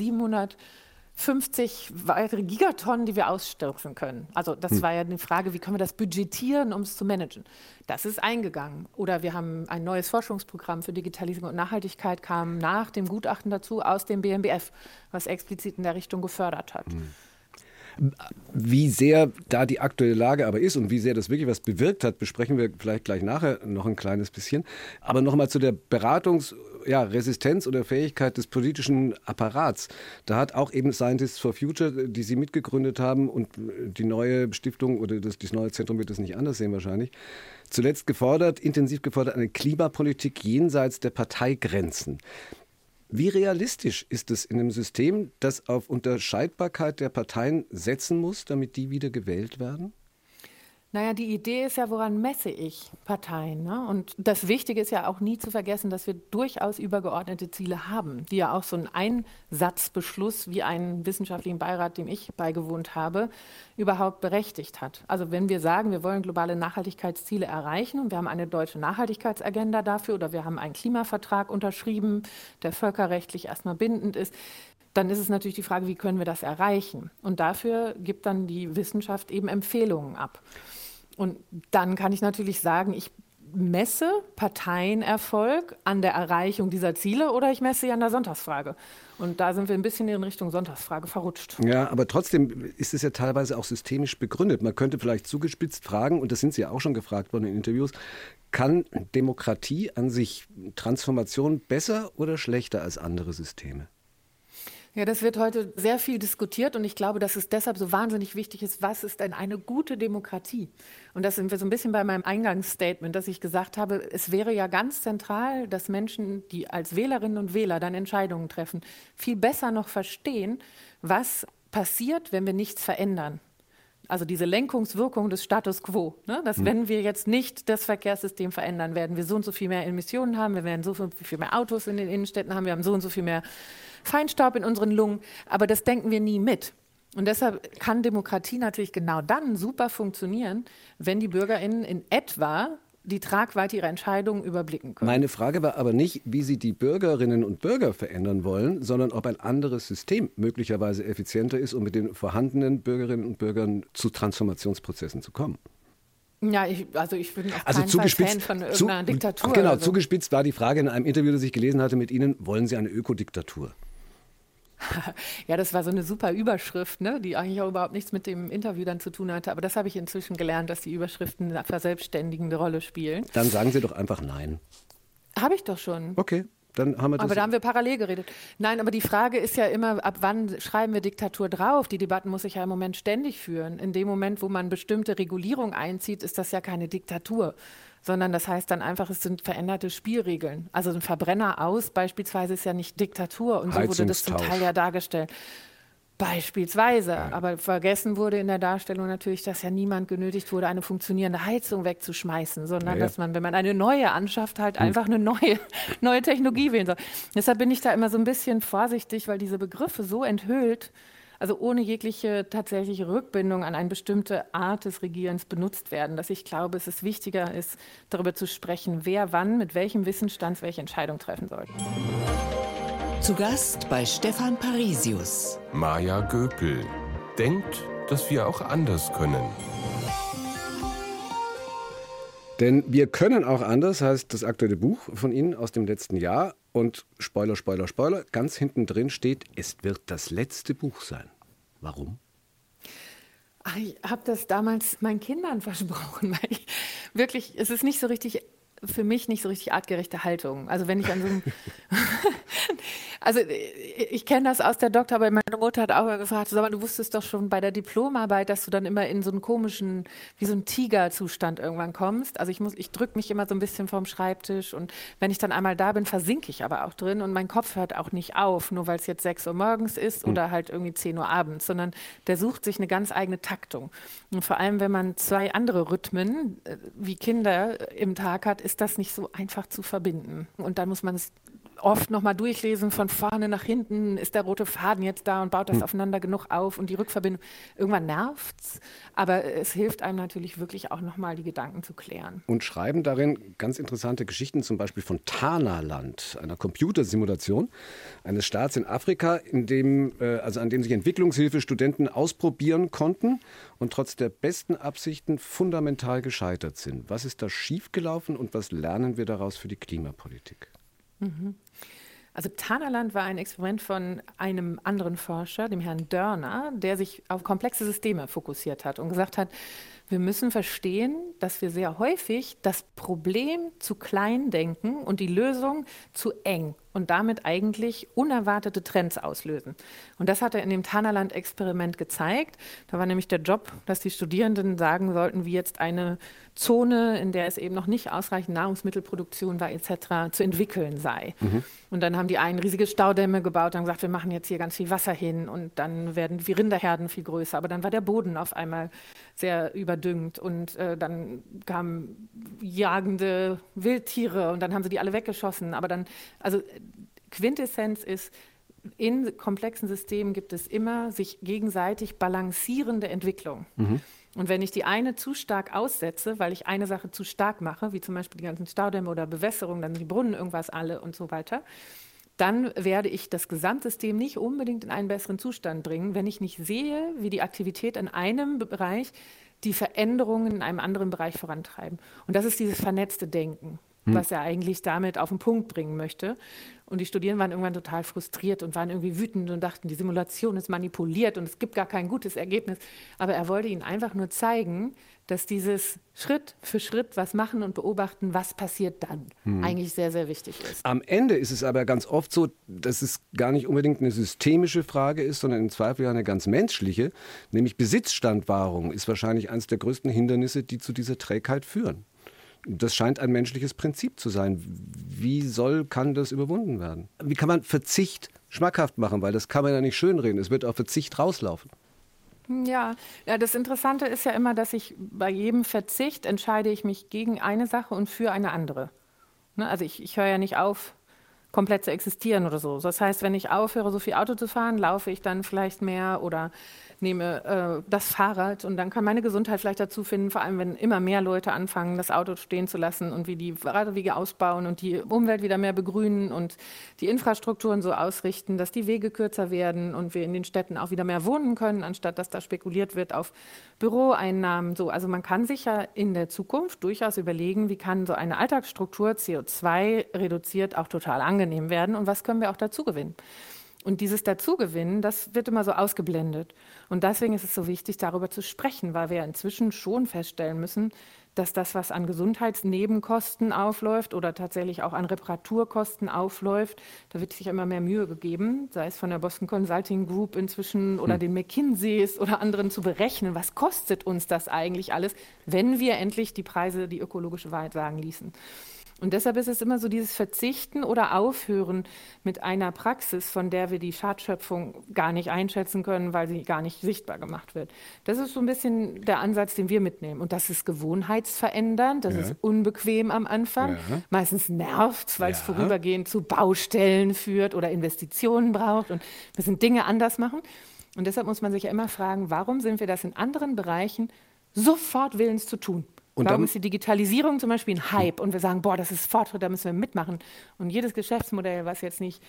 750 weitere Gigatonnen, die wir ausstoßen können. Also das war ja eine Frage, wie können wir das budgetieren, um es zu managen. Das ist eingegangen. Oder wir haben ein neues Forschungsprogramm für Digitalisierung und Nachhaltigkeit, kam nach dem Gutachten dazu aus dem BMBF, was explizit in der Richtung gefördert hat. Wie sehr da die aktuelle Lage aber ist und wie sehr das wirklich was bewirkt hat, besprechen wir vielleicht gleich nachher noch ein kleines bisschen. Aber nochmal zu der Resistenz oder Fähigkeit des politischen Apparats. Da hat auch eben Scientists for Future, die Sie mitgegründet haben und die neue Stiftung oder das neue Zentrum wird das nicht anders sehen wahrscheinlich, zuletzt intensiv gefordert, eine Klimapolitik jenseits der Parteigrenzen. Wie realistisch ist es in einem System, das auf Unterscheidbarkeit der Parteien setzen muss, damit die wieder gewählt werden? Naja, die Idee ist ja, woran messe ich Parteien? Ne? Und das Wichtige ist ja auch nie zu vergessen, dass wir durchaus übergeordnete Ziele haben, die ja auch so ein Einsatzbeschluss wie einen wissenschaftlichen Beirat, dem ich beigewohnt habe, überhaupt berechtigt hat. Also wenn wir sagen, wir wollen globale Nachhaltigkeitsziele erreichen und wir haben eine deutsche Nachhaltigkeitsagenda dafür oder wir haben einen Klimavertrag unterschrieben, der völkerrechtlich erstmal bindend ist, dann ist es natürlich die Frage, wie können wir das erreichen? Und dafür gibt dann die Wissenschaft eben Empfehlungen ab. Und dann kann ich natürlich sagen, ich messe Parteienerfolg an der Erreichung dieser Ziele oder ich messe sie an der Sonntagsfrage. Und da sind wir ein bisschen in Richtung Sonntagsfrage verrutscht. Ja, aber trotzdem ist es ja teilweise auch systemisch begründet. Man könnte vielleicht zugespitzt fragen, und das sind Sie ja auch schon gefragt worden in Interviews, kann Demokratie an sich Transformation besser oder schlechter als andere Systeme? Ja, das wird heute sehr viel diskutiert und ich glaube, dass es deshalb so wahnsinnig wichtig ist, was ist denn eine gute Demokratie? Und das sind wir so ein bisschen bei meinem Eingangsstatement, dass ich gesagt habe, es wäre ja ganz zentral, dass Menschen, die als Wählerinnen und Wähler dann Entscheidungen treffen, viel besser noch verstehen, was passiert, wenn wir nichts verändern. Also diese Lenkungswirkung des Status quo, ne? Dass wenn wir jetzt nicht das Verkehrssystem verändern, werden wir so und so viel mehr Emissionen haben, wir werden so viel mehr Autos in den Innenstädten haben, wir haben so und so viel mehr Feinstaub in unseren Lungen, aber das denken wir nie mit. Und deshalb kann Demokratie natürlich genau dann super funktionieren, wenn die BürgerInnen in etwa die Tragweite ihrer Entscheidungen überblicken können. Meine Frage war aber nicht, wie Sie die Bürgerinnen und Bürger verändern wollen, sondern ob ein anderes System möglicherweise effizienter ist, um mit den vorhandenen Bürgerinnen und Bürgern zu Transformationsprozessen zu kommen. Ja, ich bin auf keinen Fall Fan von irgendeiner Diktatur. Genau, zugespitzt war die Frage in einem Interview, das ich gelesen hatte mit Ihnen, wollen Sie eine Ökodiktatur? Ja, das war so eine super Überschrift, ne, die eigentlich auch überhaupt nichts mit dem Interview dann zu tun hatte. Aber das habe ich inzwischen gelernt, dass die Überschriften eine verselbstständigende Rolle spielen. Dann sagen Sie doch einfach nein. Habe ich doch schon. Okay. Dann haben wir das. Aber da haben wir parallel geredet. Nein, aber die Frage ist ja immer, ab wann schreiben wir Diktatur drauf? Die Debatten muss ich ja im Moment ständig führen. In dem Moment, wo man bestimmte Regulierung einzieht, ist das ja keine Diktatur, sondern das heißt dann einfach, es sind veränderte Spielregeln. Also ein Verbrenner aus beispielsweise ist ja nicht Diktatur und so wurde das zum Teil ja dargestellt. Beispielsweise, aber vergessen wurde in der Darstellung natürlich, dass ja niemand genötigt wurde, eine funktionierende Heizung wegzuschmeißen, sondern dass man, wenn man eine neue anschafft, halt einfach eine neue Technologie wählen soll. Deshalb bin ich da immer so ein bisschen vorsichtig, weil diese Begriffe so enthüllt, also ohne jegliche tatsächliche Rückbindung an eine bestimmte Art des Regierens benutzt werden, dass ich glaube, es ist wichtiger ist, darüber zu sprechen, wer wann, mit welchem Wissensstand welche Entscheidung treffen sollte. Zu Gast bei Stefan Parisius. Maja Göpel denkt, dass wir auch anders können. Denn wir können auch anders, heißt das aktuelle Buch von Ihnen aus dem letzten Jahr. Und Spoiler, Spoiler, Spoiler, ganz hinten drin steht, es wird das letzte Buch sein. Warum? Ach, ich habe das damals meinen Kindern versprochen, weil ich wirklich, es ist nicht so richtig, für mich nicht so richtig artgerechte Haltung. Also wenn ich an so einem, also ich kenne das aus der Doktorarbeit, meine Mutter hat auch immer gefragt, sag mal, du wusstest doch schon bei der Diplomarbeit, dass du dann immer in so einen komischen, wie so einen Tigerzustand irgendwann kommst. Also ich drücke mich immer so ein bisschen vorm Schreibtisch und wenn ich dann einmal da bin, versinke ich aber auch drin und mein Kopf hört auch nicht auf, nur weil es jetzt 6 Uhr morgens ist oder halt irgendwie 10 Uhr abends, sondern der sucht sich eine ganz eigene Taktung. Und vor allem, wenn man 2 andere Rhythmen wie Kinder im Tag hat, ist das nicht so einfach zu verbinden. Und dann muss man es oft nochmal durchlesen, von vorne nach hinten, ist der rote Faden jetzt da und baut das aufeinander genug auf und die Rückverbindung. Irgendwann nervt's, aber es hilft einem natürlich wirklich auch nochmal die Gedanken zu klären. Und schreiben darin ganz interessante Geschichten, zum Beispiel von Tanaland, einer Computersimulation eines Staats in Afrika, an dem sich Entwicklungshilfestudenten ausprobieren konnten und trotz der besten Absichten fundamental gescheitert sind. Was ist da schiefgelaufen und was lernen wir daraus für die Klimapolitik? Also Tanaland war ein Experiment von einem anderen Forscher, dem Herrn Dörner, der sich auf komplexe Systeme fokussiert hat und gesagt hat, wir müssen verstehen, dass wir sehr häufig das Problem zu klein denken und die Lösung zu eng und damit eigentlich unerwartete Trends auslösen. Und das hat er in dem Tanaland-Experiment gezeigt. Da war nämlich der Job, dass die Studierenden sagen sollten, wie jetzt eine Zone, in der es eben noch nicht ausreichend Nahrungsmittelproduktion war etc., zu entwickeln sei. Und dann haben die einen riesige Staudämme gebaut und gesagt, wir machen jetzt hier ganz viel Wasser hin und dann werden die Rinderherden viel größer. Aber dann war der Boden auf einmal sehr überdüngt und dann kamen jagende Wildtiere und dann haben sie die alle weggeschossen. Aber dann, also Quintessenz ist, in komplexen Systemen gibt es immer sich gegenseitig balancierende Entwicklung. Und wenn ich die eine zu stark aussetze, weil ich eine Sache zu stark mache, wie zum Beispiel die ganzen Staudämme oder Bewässerung, dann die Brunnen irgendwas alle und so weiter, dann werde ich das Gesamtsystem nicht unbedingt in einen besseren Zustand bringen, wenn ich nicht sehe, wie die Aktivität in einem Bereich die Veränderungen in einem anderen Bereich vorantreiben. Und das ist dieses vernetzte Denken, was er eigentlich damit auf den Punkt bringen möchte. Und die Studierenden waren irgendwann total frustriert und waren irgendwie wütend und dachten, die Simulation ist manipuliert und es gibt gar kein gutes Ergebnis. Aber er wollte ihnen einfach nur zeigen, dass dieses Schritt für Schritt was machen und beobachten, was passiert dann, eigentlich sehr, sehr wichtig ist. Am Ende ist es aber ganz oft so, dass es gar nicht unbedingt eine systemische Frage ist, sondern im Zweifel ja eine ganz menschliche, nämlich Besitzstandwahrung ist wahrscheinlich eines der größten Hindernisse, die zu dieser Trägheit führen. Das scheint ein menschliches Prinzip zu sein. Wie kann das überwunden werden? Wie kann man Verzicht schmackhaft machen? Weil das kann man ja nicht schönreden. Es wird auf Verzicht rauslaufen. Ja, das Interessante ist ja immer, dass ich bei jedem Verzicht entscheide ich mich gegen eine Sache und für eine andere. Ne? Also ich höre ja nicht auf, komplett zu existieren oder so. Das heißt, wenn ich aufhöre, so viel Auto zu fahren, laufe ich dann vielleicht mehr oder nehme das Fahrrad und dann kann meine Gesundheit vielleicht dazu finden, vor allem wenn immer mehr Leute anfangen, das Auto stehen zu lassen und wie die Radwege ausbauen und die Umwelt wieder mehr begrünen und die Infrastrukturen so ausrichten, dass die Wege kürzer werden und wir in den Städten auch wieder mehr wohnen können, anstatt dass da spekuliert wird auf Büroeinnahmen. So, also man kann sich ja in der Zukunft durchaus überlegen, wie kann so eine Alltagsstruktur CO2 reduziert auch total angenehm werden und was können wir auch dazu gewinnen. Und dieses Dazugewinnen, das wird immer so ausgeblendet. Und deswegen ist es so wichtig, darüber zu sprechen, weil wir ja inzwischen schon feststellen müssen, dass das, was an Gesundheitsnebenkosten aufläuft oder tatsächlich auch an Reparaturkosten aufläuft, da wird sich immer mehr Mühe gegeben, sei es von der Boston Consulting Group inzwischen oder den McKinseys oder anderen zu berechnen, was kostet uns das eigentlich alles, wenn wir endlich die Preise, die ökologische Wahrheit sagen ließen. Und deshalb ist es immer so dieses Verzichten oder Aufhören mit einer Praxis, von der wir die Schadschöpfung gar nicht einschätzen können, weil sie gar nicht sichtbar gemacht wird. Das ist so ein bisschen der Ansatz, den wir mitnehmen. Und das ist gewohnheitsverändernd, das ist unbequem am Anfang. Ja. Meistens nervt es, weil es vorübergehend zu Baustellen führt oder Investitionen braucht und wir müssen Dinge anders machen. Und deshalb muss man sich ja immer fragen, warum sind wir das in anderen Bereichen sofort willens zu tun? Und warum ist die Digitalisierung zum Beispiel ein Hype und wir sagen, boah, das ist Fortschritt, da müssen wir mitmachen. Und jedes Geschäftsmodell, was jetzt nicht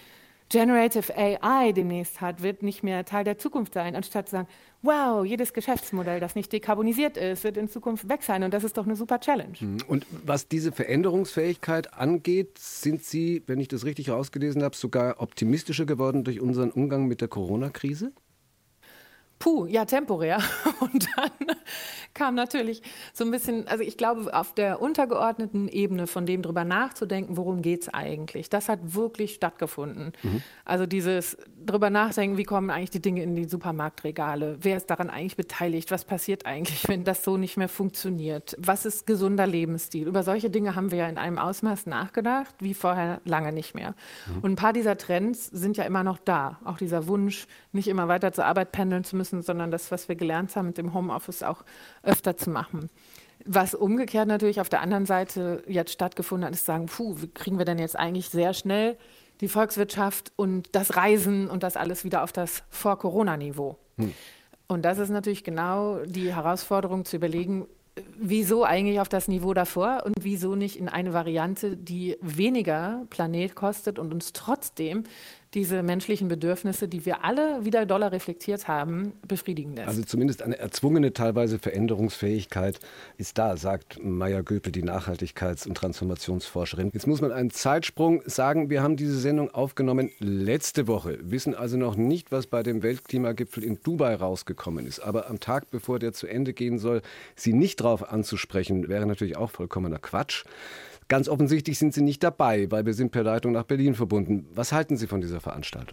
Generative AI demnächst hat, wird nicht mehr Teil der Zukunft sein, anstatt zu sagen, wow, jedes Geschäftsmodell, das nicht dekarbonisiert ist, wird in Zukunft weg sein und das ist doch eine super Challenge. Und was diese Veränderungsfähigkeit angeht, sind Sie, wenn ich das richtig herausgelesen habe, sogar optimistischer geworden durch unseren Umgang mit der Corona-Krise? Ja, temporär. Und dann kam natürlich so ein bisschen, also ich glaube, auf der untergeordneten Ebene von dem drüber nachzudenken, worum geht es eigentlich, das hat wirklich stattgefunden. Also dieses drüber nachdenken, wie kommen eigentlich die Dinge in die Supermarktregale, wer ist daran eigentlich beteiligt, was passiert eigentlich, wenn das so nicht mehr funktioniert, was ist gesunder Lebensstil. Über solche Dinge haben wir ja in einem Ausmaß nachgedacht, wie vorher lange nicht mehr. Und ein paar dieser Trends sind ja immer noch da. Auch dieser Wunsch, nicht immer weiter zur Arbeit pendeln zu müssen, sondern das, was wir gelernt haben, mit dem Homeoffice auch öfter zu machen. Was umgekehrt natürlich auf der anderen Seite jetzt stattgefunden hat, ist sagen, wie kriegen wir denn jetzt eigentlich sehr schnell die Volkswirtschaft und das Reisen und das alles wieder auf das Vor-Corona-Niveau. Und das ist natürlich genau die Herausforderung zu überlegen, wieso eigentlich auf das Niveau davor und wieso nicht in eine Variante, die weniger Planet kostet und uns trotzdem diese menschlichen Bedürfnisse, die wir alle wieder doller reflektiert haben, befriedigen lässt. Also zumindest eine erzwungene teilweise Veränderungsfähigkeit ist da, sagt Maya Göpel, die Nachhaltigkeits- und Transformationsforscherin. Jetzt muss man einen Zeitsprung sagen, wir haben diese Sendung aufgenommen letzte Woche, wissen also noch nicht, was bei dem Weltklimagipfel in Dubai rausgekommen ist. Aber am Tag, bevor der zu Ende gehen soll, Sie nicht darauf anzusprechen, wäre natürlich auch vollkommener Quatsch. Ganz offensichtlich sind Sie nicht dabei, weil wir sind per Leitung nach Berlin verbunden. Was halten Sie von dieser Veranstaltung?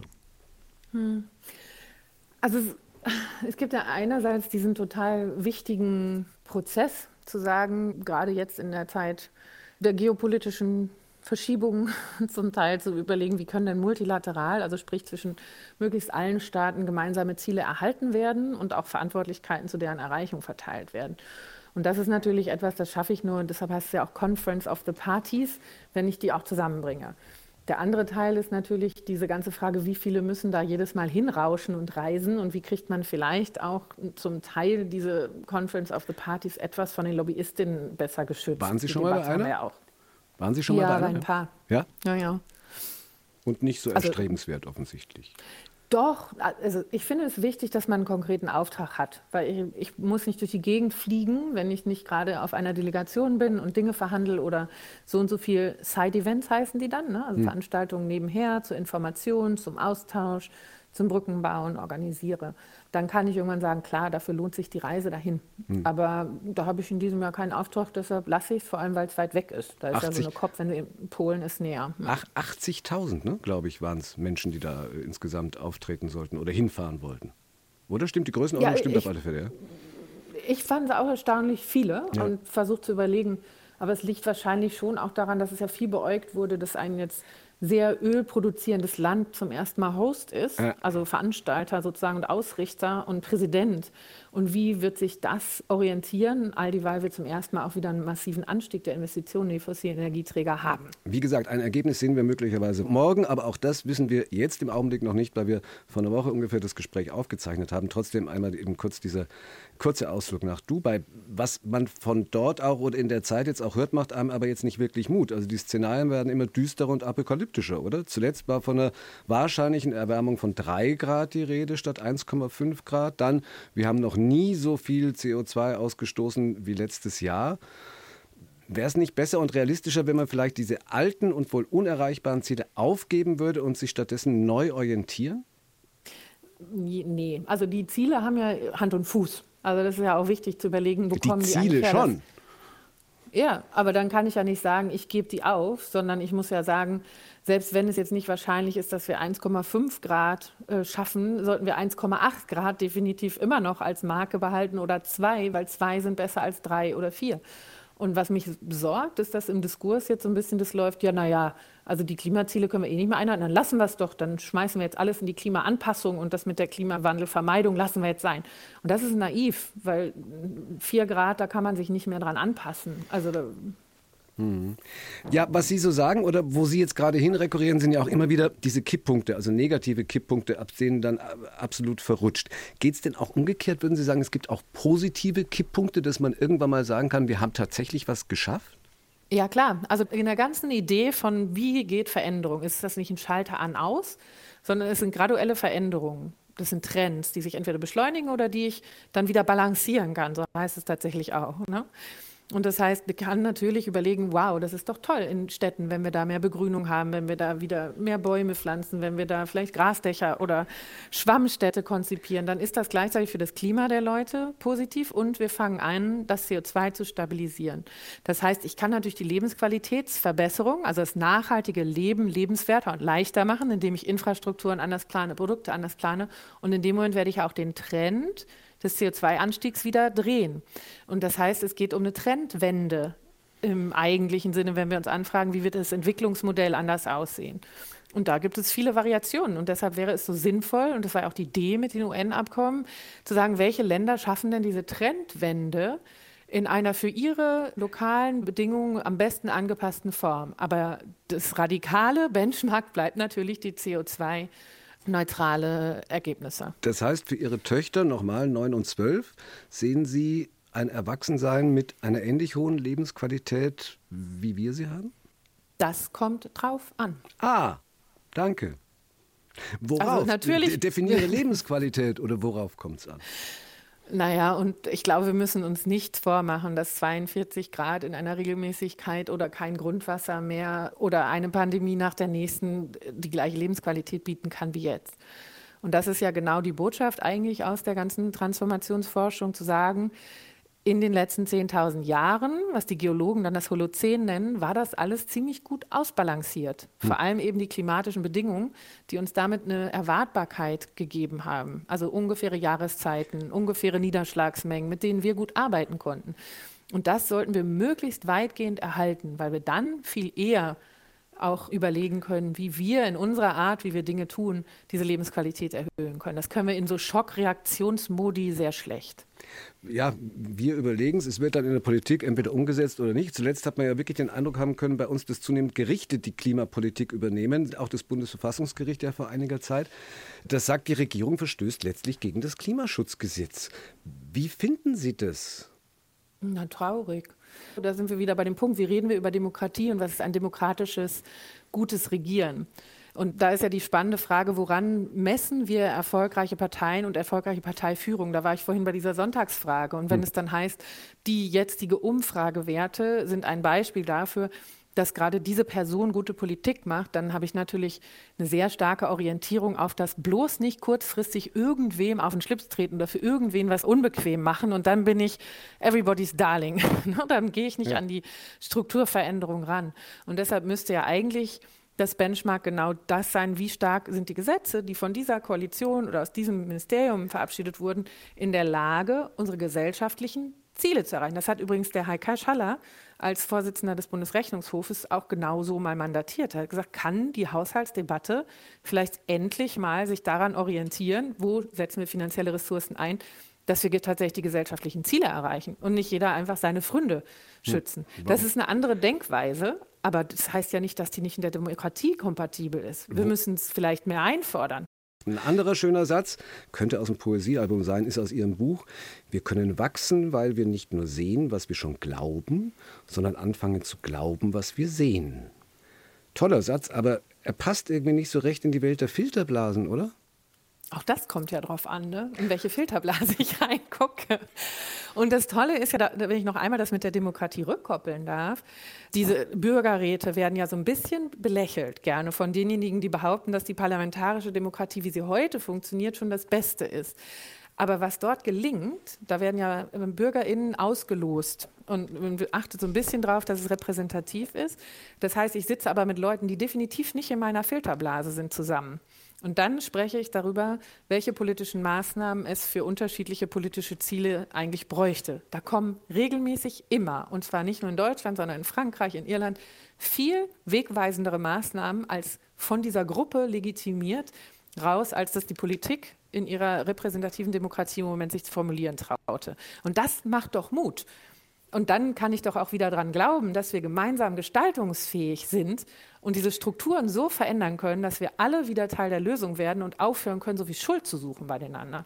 Also es gibt ja einerseits diesen total wichtigen Prozess, zu sagen, gerade jetzt in der Zeit der geopolitischen Verschiebungen zum Teil zu überlegen, wie können denn multilateral, also sprich zwischen möglichst allen Staaten, gemeinsame Ziele erhalten werden und auch Verantwortlichkeiten zu deren Erreichung verteilt werden. Und das ist natürlich etwas, das schaffe ich nur, und deshalb heißt es ja auch Conference of the Parties, wenn ich die auch zusammenbringe. Der andere Teil ist natürlich diese ganze Frage, wie viele müssen da jedes Mal hinrauschen und reisen und wie kriegt man vielleicht auch zum Teil diese Conference of the Parties etwas von den Lobbyistinnen besser geschützt. Waren Sie schon mal bei einer? Waren Sie schon mal bei einer? Ja, bei ein paar. Ja? Ja. Und nicht so erstrebenswert offensichtlich. Doch, also ich finde es wichtig, dass man einen konkreten Auftrag hat, weil ich muss nicht durch die Gegend fliegen, wenn ich nicht gerade auf einer Delegation bin und Dinge verhandle oder so und so viel Side-Events heißen die dann, ne? Also Veranstaltungen nebenher zur Information, zum Austausch, zum Brückenbauen organisiere. Dann kann ich irgendwann sagen, klar, dafür lohnt sich die Reise dahin. Aber da habe ich in diesem Jahr keinen Auftrag, deshalb lasse ich es, vor allem weil es weit weg ist. Da ist ja so eine COP, wenn du in Polen ist, näher. 80.000, ne, glaube ich, waren es Menschen, die da insgesamt auftreten sollten oder hinfahren wollten. Oder stimmt die Größenordnung? Stimmt auf alle Fälle, ja? Ich fand es auch erstaunlich viele und versucht zu überlegen, aber es liegt wahrscheinlich schon auch daran, dass es ja viel beäugt wurde, dass ein jetzt sehr ölproduzierendes Land zum ersten Mal Host ist, also Veranstalter sozusagen und Ausrichter und Präsident. Und wie wird sich das orientieren, all dieweil wir zum ersten Mal auch wieder einen massiven Anstieg der Investitionen in die fossilen Energieträger haben? Wie gesagt, ein Ergebnis sehen wir möglicherweise morgen, aber auch das wissen wir jetzt im Augenblick noch nicht, weil wir vor einer Woche ungefähr das Gespräch aufgezeichnet haben. Trotzdem einmal eben kurz dieser kurze Ausflug nach Dubai. Was man von dort auch oder in der Zeit jetzt auch hört, macht einem aber jetzt nicht wirklich Mut. Also die Szenarien werden immer düsterer und apokalyptischer, oder? Zuletzt war von einer wahrscheinlichen Erwärmung von 3 Grad die Rede statt 1,5 Grad. Dann, wir haben noch nie so viel CO2 ausgestoßen wie letztes Jahr. Wäre es nicht besser und realistischer, wenn man vielleicht diese alten und wohl unerreichbaren Ziele aufgeben würde und sich stattdessen neu orientieren? Nee, also die Ziele haben ja Hand und Fuß. Also das ist ja auch wichtig zu überlegen, wo kommen die Ziele eigentlich her. schon? Ja, aber dann kann ich ja nicht sagen, ich gebe die auf, sondern ich muss ja sagen, selbst wenn es jetzt nicht wahrscheinlich ist, dass wir 1,5 Grad schaffen, sollten wir 1,8 Grad definitiv immer noch als Marke behalten oder 2, weil 2 sind besser als 3 oder 4. Und was mich besorgt, ist, dass im Diskurs jetzt so ein bisschen das läuft, ja, naja, also die Klimaziele können wir eh nicht mehr einhalten, dann lassen wir es doch, dann schmeißen wir jetzt alles in die Klimaanpassung und das mit der Klimawandelvermeidung lassen wir jetzt sein. Und das ist naiv, weil 4 Grad, da kann man sich nicht mehr dran anpassen. Also Ja, was Sie so sagen oder wo Sie jetzt gerade hinrekurrieren, sind ja auch immer wieder diese Kipppunkte, also negative Kipppunkte, ab denen dann absolut verrutscht. Geht es denn auch umgekehrt, würden Sie sagen, es gibt auch positive Kipppunkte, dass man irgendwann mal sagen kann, wir haben tatsächlich was geschafft? Ja, klar. Also in der ganzen Idee von, wie geht Veränderung, ist das nicht ein Schalter an, aus, sondern es sind graduelle Veränderungen. Das sind Trends, die sich entweder beschleunigen oder die ich dann wieder balancieren kann. So heißt es tatsächlich auch, ne? Und das heißt, man kann natürlich überlegen, wow, das ist doch toll in Städten, wenn wir da mehr Begrünung haben, wenn wir da wieder mehr Bäume pflanzen, wenn wir da vielleicht Grasdächer oder Schwammstädte konzipieren, dann ist das gleichzeitig für das Klima der Leute positiv und wir fangen an, das CO2 zu stabilisieren. Das heißt, ich kann natürlich die Lebensqualitätsverbesserung, also das nachhaltige Leben lebenswerter und leichter machen, indem ich Infrastrukturen anders plane, Produkte anders plane, und in dem Moment werde ich auch den Trend des CO2-Anstiegs wieder drehen. Und das heißt, es geht um eine Trendwende im eigentlichen Sinne, wenn wir uns anfragen, wie wird das Entwicklungsmodell anders aussehen. Und da gibt es viele Variationen. Und deshalb wäre es so sinnvoll, und das war auch die Idee mit den UN-Abkommen, zu sagen, welche Länder schaffen denn diese Trendwende in einer für ihre lokalen Bedingungen am besten angepassten Form. Aber das radikale Benchmark bleibt natürlich die CO2 neutrale Ergebnisse. Das heißt, für Ihre Töchter, nochmal 9 und 12, sehen Sie ein Erwachsensein mit einer ähnlich hohen Lebensqualität, wie wir sie haben? Das kommt drauf an. Ah, danke. Worauf? Also natürlich definiere Lebensqualität oder worauf kommt es an? Naja, und ich glaube, wir müssen uns nicht vormachen, dass 42 Grad in einer Regelmäßigkeit oder kein Grundwasser mehr oder eine Pandemie nach der nächsten die gleiche Lebensqualität bieten kann wie jetzt. Und das ist ja genau die Botschaft eigentlich aus der ganzen Transformationsforschung, zu sagen, in den letzten 10.000 Jahren, was die Geologen dann das Holozän nennen, war das alles ziemlich gut ausbalanciert. Vor allem eben die klimatischen Bedingungen, die uns damit eine Erwartbarkeit gegeben haben. Also ungefähre Jahreszeiten, ungefähre Niederschlagsmengen, mit denen wir gut arbeiten konnten. Und das sollten wir möglichst weitgehend erhalten, weil wir dann viel eher auch überlegen können, wie wir in unserer Art, wie wir Dinge tun, diese Lebensqualität erhöhen können. Das können wir in so Schockreaktionsmodi sehr schlecht. Ja, wir überlegen es. Es wird dann in der Politik entweder umgesetzt oder nicht. Zuletzt hat man ja wirklich den Eindruck haben können, bei uns, dass zunehmend Gerichte die Klimapolitik übernehmen. Auch das Bundesverfassungsgericht ja vor einiger Zeit. Das sagt, die Regierung verstößt letztlich gegen das Klimaschutzgesetz. Wie finden Sie das? Na, traurig. Da sind wir wieder bei dem Punkt, wie reden wir über Demokratie und was ist ein demokratisches, gutes Regieren? Und da ist ja die spannende Frage, woran messen wir erfolgreiche Parteien und erfolgreiche Parteiführung? Da war ich vorhin bei dieser Sonntagsfrage. Und wenn es dann heißt, die jetzige Umfragewerte sind ein Beispiel dafür, dass gerade diese Person gute Politik macht, dann habe ich natürlich eine sehr starke Orientierung auf das bloß nicht kurzfristig irgendwem auf den Schlips treten oder für irgendwen was unbequem machen und dann bin ich everybody's darling. Dann gehe ich nicht an die Strukturveränderung ran. Und deshalb müsste ja eigentlich das Benchmark genau das sein, wie stark sind die Gesetze, die von dieser Koalition oder aus diesem Ministerium verabschiedet wurden, in der Lage, unsere gesellschaftlichen Ziele zu erreichen. Das hat übrigens der Heike Schaller als Vorsitzender des Bundesrechnungshofes auch genauso mal mandatiert. Er hat gesagt, kann die Haushaltsdebatte vielleicht endlich mal sich daran orientieren, wo setzen wir finanzielle Ressourcen ein, dass wir tatsächlich die gesellschaftlichen Ziele erreichen und nicht jeder einfach seine Pfründe schützen. Das ist eine andere Denkweise, aber das heißt ja nicht, dass die nicht in der Demokratie kompatibel ist. Wir müssen es vielleicht mehr einfordern. Ein anderer schöner Satz, könnte aus dem Poesiealbum sein, ist aus Ihrem Buch: Wir können wachsen, weil wir nicht nur sehen, was wir schon glauben, sondern anfangen zu glauben, was wir sehen. Toller Satz, aber er passt irgendwie nicht so recht in die Welt der Filterblasen, oder? Auch das kommt ja drauf an, ne? In welche Filterblase ich reingucke. Und das Tolle ist ja, wenn ich noch einmal das mit der Demokratie rückkoppeln darf, diese Bürgerräte werden ja so ein bisschen belächelt, gerne von denjenigen, die behaupten, dass die parlamentarische Demokratie, wie sie heute funktioniert, schon das Beste ist. Aber was dort gelingt, da werden ja BürgerInnen ausgelost. Und man achtet so ein bisschen drauf, dass es repräsentativ ist. Das heißt, ich sitze aber mit Leuten, die definitiv nicht in meiner Filterblase sind, zusammen. Und dann spreche ich darüber, welche politischen Maßnahmen es für unterschiedliche politische Ziele eigentlich bräuchte. Da kommen regelmäßig immer, und zwar nicht nur in Deutschland, sondern in Frankreich, in Irland, viel wegweisendere Maßnahmen als von dieser Gruppe legitimiert raus, als dass die Politik in ihrer repräsentativen Demokratie im Moment sich zu formulieren traute. Und das macht doch Mut. Und dann kann ich doch auch wieder daran glauben, dass wir gemeinsam gestaltungsfähig sind und diese Strukturen so verändern können, dass wir alle wieder Teil der Lösung werden und aufhören können, so viel Schuld zu suchen bei den anderen.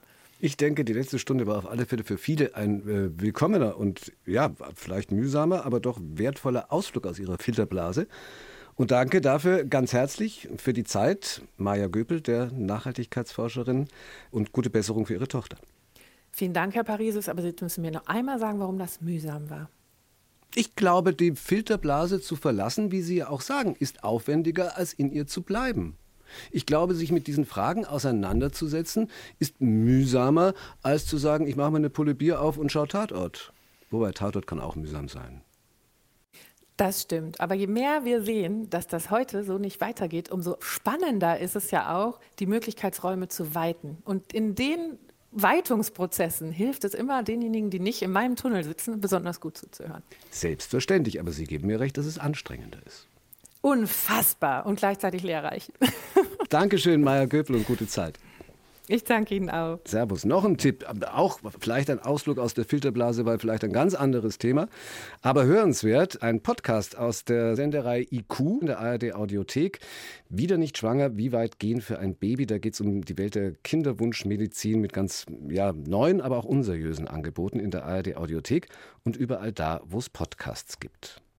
Ich denke, die letzte Stunde war auf alle Fälle für viele ein willkommener und ja, vielleicht mühsamer, aber doch wertvoller Ausflug aus ihrer Filterblase. Und danke dafür ganz herzlich für die Zeit, Maja Göpel, der Nachhaltigkeitsforscherin, und gute Besserung für Ihre Tochter. Vielen Dank, Herr Parisius, aber Sie müssen mir noch einmal sagen, warum das mühsam war. Ich glaube, die Filterblase zu verlassen, wie Sie ja auch sagen, ist aufwendiger, als in ihr zu bleiben. Ich glaube, sich mit diesen Fragen auseinanderzusetzen, ist mühsamer, als zu sagen, ich mache mir eine Pulle Bier auf und schaue Tatort. Wobei Tatort kann auch mühsam sein. Das stimmt. Aber je mehr wir sehen, dass das heute so nicht weitergeht, umso spannender ist es ja auch, die Möglichkeitsräume zu weiten. Und in den Weitungsprozessen hilft es immer denjenigen, die nicht in meinem Tunnel sitzen, besonders gut zuzuhören. Selbstverständlich, aber Sie geben mir recht, dass es anstrengender ist. Unfassbar und gleichzeitig lehrreich. Dankeschön, Maja Göpel, und gute Zeit. Ich danke Ihnen auch. Servus. Noch ein Tipp, auch vielleicht ein Ausflug aus der Filterblase, weil vielleicht ein ganz anderes Thema, aber hörenswert. Ein Podcast aus der Sendereihe IQ in der ARD Audiothek. Wieder nicht schwanger, wie weit gehen für ein Baby? Da geht es um die Welt der Kinderwunschmedizin mit ganz neuen, aber auch unseriösen Angeboten in der ARD Audiothek und überall da, wo es Podcasts gibt.